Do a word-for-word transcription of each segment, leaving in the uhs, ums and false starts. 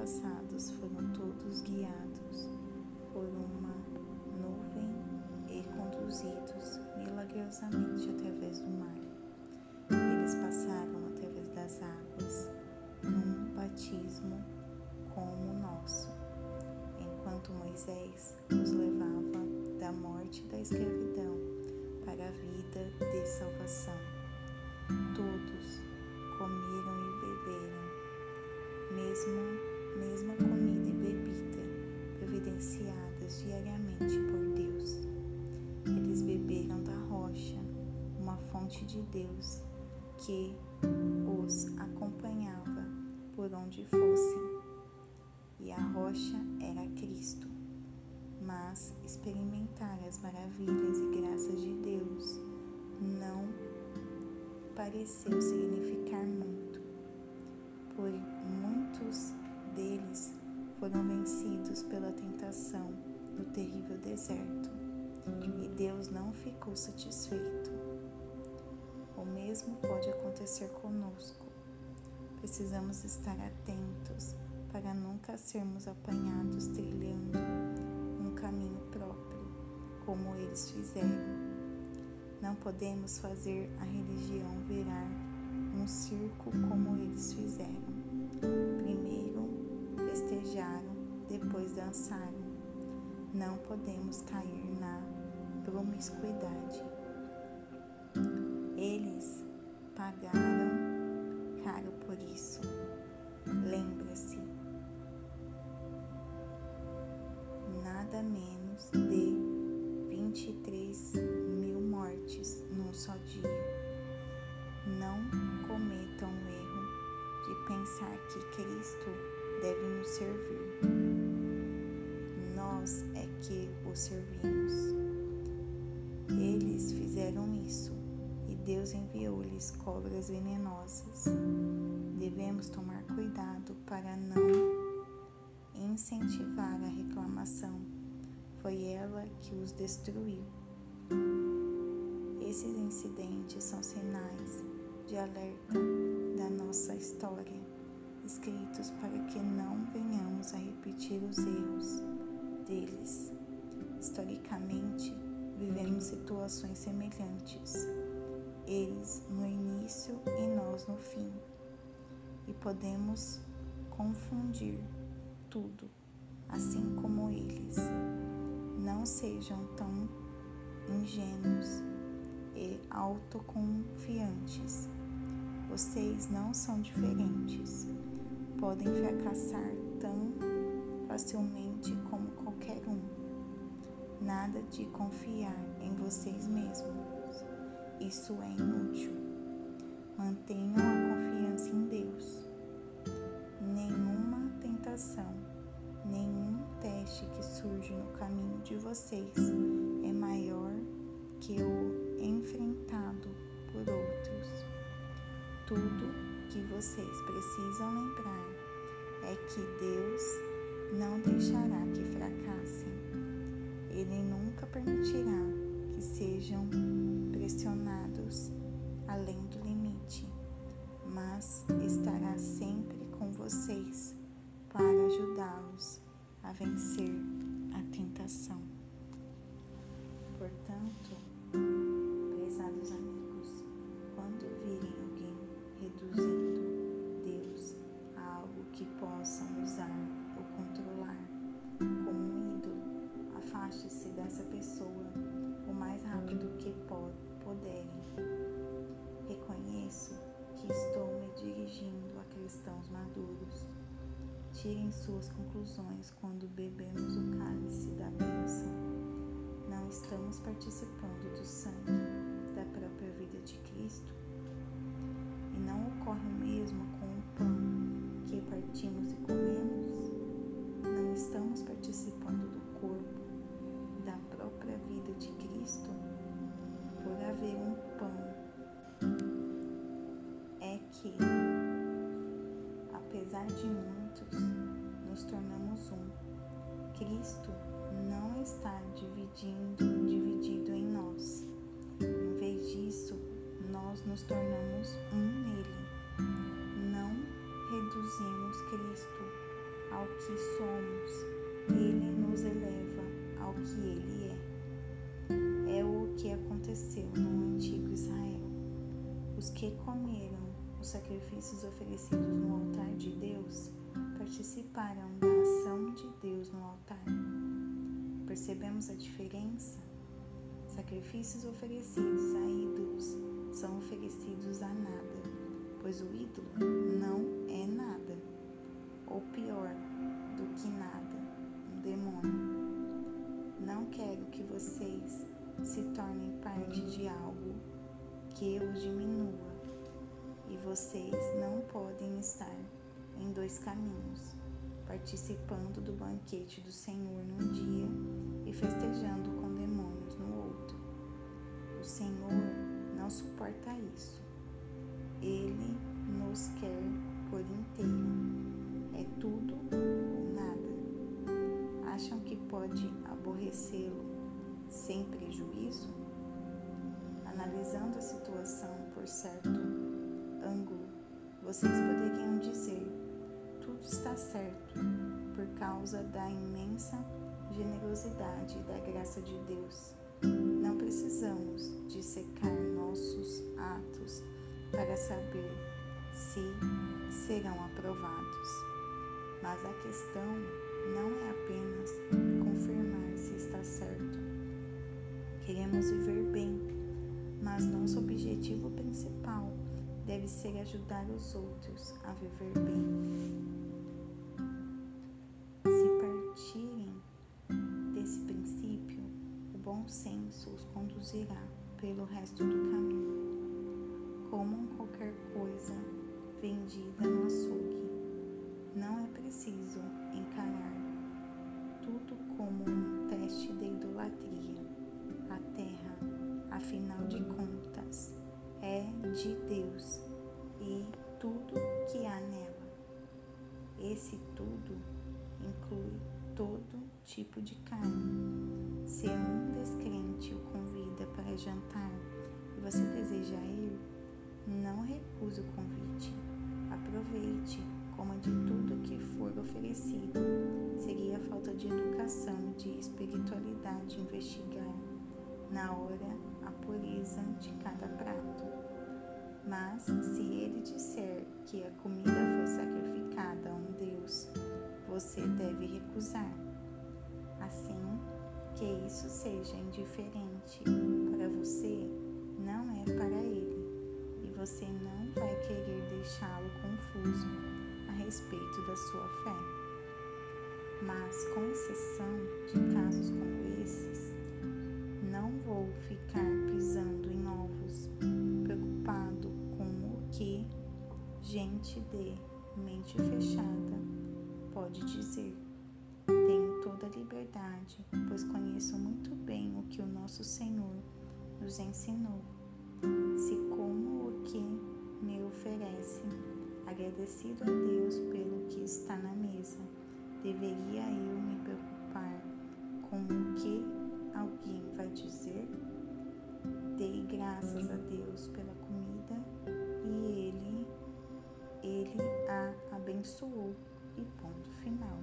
antepassados foram todos guiados por uma nuvem e conduzidos milagrosamente através do mar. Eles passaram através das águas num batismo como o nosso, enquanto Moisés os levava da morte e da escravidão para a vida de salvação. Todos comeram e beberam, mesmo, mesma comida e bebida, providenciadas diariamente por Deus. Eles beberam da rocha, uma fonte de Deus que os acompanhava por onde fossem, e a rocha era Cristo. Mas experimentar as maravilhas e graças de Deus não pareceu significar muito, por muitos deles foram vencidos pela tentação no terrível deserto, e Deus não ficou satisfeito. O mesmo pode acontecer conosco. Precisamos estar atentos para nunca sermos apanhados trilhando um caminho próprio, como eles fizeram. Não podemos fazer a religião virar um circo como eles fizeram. Primeiro festejaram, depois dançaram. Não podemos cair na promiscuidade. Eles pagaram caro por isso. Lembre-se, nada menos de vinte e três mil mortes num só dia. Não cometam o erro de pensar que Cristo deve nos servir. Nós é que o servimos. Eles fizeram isso e Deus enviou-lhes cobras venenosas. Devemos tomar cuidado para não incentivar a reclamação. Foi ela que os destruiu. Esses incidentes são sinais de alerta da nossa história, escritos para que não venhamos a repetir os erros deles. Historicamente, vivemos situações semelhantes, eles no início e nós no fim, e podemos confundir tudo, assim como eles. Não sejam tão ingênuos e autoconfiantes. Vocês não são diferentes. Podem fracassar tão facilmente como qualquer um. Nada de confiar em vocês mesmos. Isso é inútil. Mantenham a confiança em Deus. Nenhuma tentação, nenhum teste que surge no caminho de vocês é maior que o enfrentado por outros. Tudo que vocês precisam lembrar é que Deus não deixará que fracassem. Ele nunca permitirá que sejam pressionados além do limite, mas estará sempre com vocês para ajudá-los a vencer a tentação. Portanto, prezados amigos, quando virem alguém reduzindo Deus a algo que possam usar ou controlar como um ídolo, afaste-se dessa pessoa o mais rápido que puderem. Reconheço que estou me dirigindo a cristãos maduros. Tirem suas conclusões quando bebemos o cálice da bênção. Não estamos participando do sangue da própria vida de Cristo? E não ocorre o mesmo com o pão que partimos e comemos? Não estamos participando do corpo da própria vida de Cristo? Por haver um pão, é que, apesar de muitos, nos tornamos um. Cristo não está dividindo, dividido em nós. Em vez disso, nós nos tornamos um nele. Não reduzimos Cristo ao que somos, Ele nos eleva ao que Ele é. É o que aconteceu no antigo Israel. Os que comeram os sacrifícios oferecidos no altar de Deus participaram da ação de Deus no altar. Percebemos a diferença? Sacrifícios oferecidos a ídolos são oferecidos a nada, pois o ídolo não é nada, ou pior do que nada, um demônio. Não quero que vocês se tornem parte de algo que os diminua, e vocês não podem estar em dois caminhos, participando do banquete do Senhor num dia e festejando com demônios no outro. O Senhor não suporta isso. Ele nos quer por inteiro. É tudo ou nada. Acham que pode aborrecê-lo sem prejuízo? Analisando a situação por certo ângulo, vocês poderiam dizer: tudo está certo por causa da imensa generosidade e da graça de Deus. Não precisamos dissecar nossos atos para saber se serão aprovados. Mas a questão não é apenas confirmar se está certo. Queremos viver bem, mas nosso objetivo principal deve ser ajudar os outros a viver bem. Se partirem desse princípio, o bom senso os conduzirá pelo resto do caminho. Como qualquer coisa vendida no açougue, não é preciso encarar tudo como um teste de idolatria. A terra, afinal de contas, é de Deus e tudo que há nela. Esse tudo inclui todo tipo de carne. Se um descrente o convida para jantar e você deseja ir, não recuse o convite. Aproveite, coma de tudo que for oferecido. Seria falta de educação e de espiritualidade investigar na hora a pureza de cada prato. Mas se ele disser que a comida foi sacrificada a um Deus, você deve recusar. Assim que isso seja indiferente para você, não é para ele, e você não vai querer deixá-lo confuso a respeito da sua fé. Mas, com exceção de casos como esses, não vou ficar pisando em ovos, preocupado com o que gente de mente fechada pode dizer. Tenho toda a liberdade, pois conheço muito bem o que o nosso Senhor nos ensinou. Se como o que me oferece, agradecido a Deus pelo que está na mesa, deveria eu me preocupar com o que alguém vai dizer? Dei graças a Deus pela comida e Ele, Ele a abençoou e ponto final.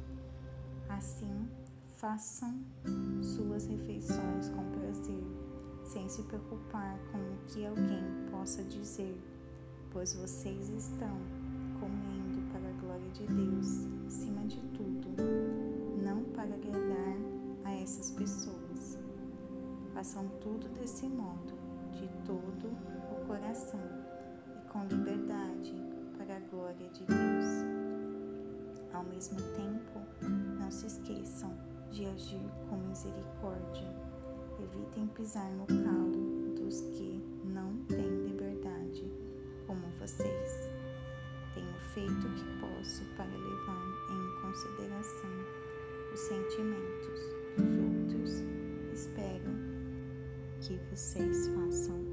Assim, façam suas refeições com prazer, sem se preocupar com o que alguém possa dizer, pois vocês estão comendo para a glória de Deus, acima de tudo, não para agradar a essas pessoas. Façam tudo desse modo, de todo o coração e com liberdade para a glória de Deus. Ao mesmo tempo, não se esqueçam de agir com misericórdia. Evitem pisar no calo dos que não têm liberdade, como vocês. Tenho feito o que posso para levar em consideração os sentimentos dos outros. Espero que vocês façam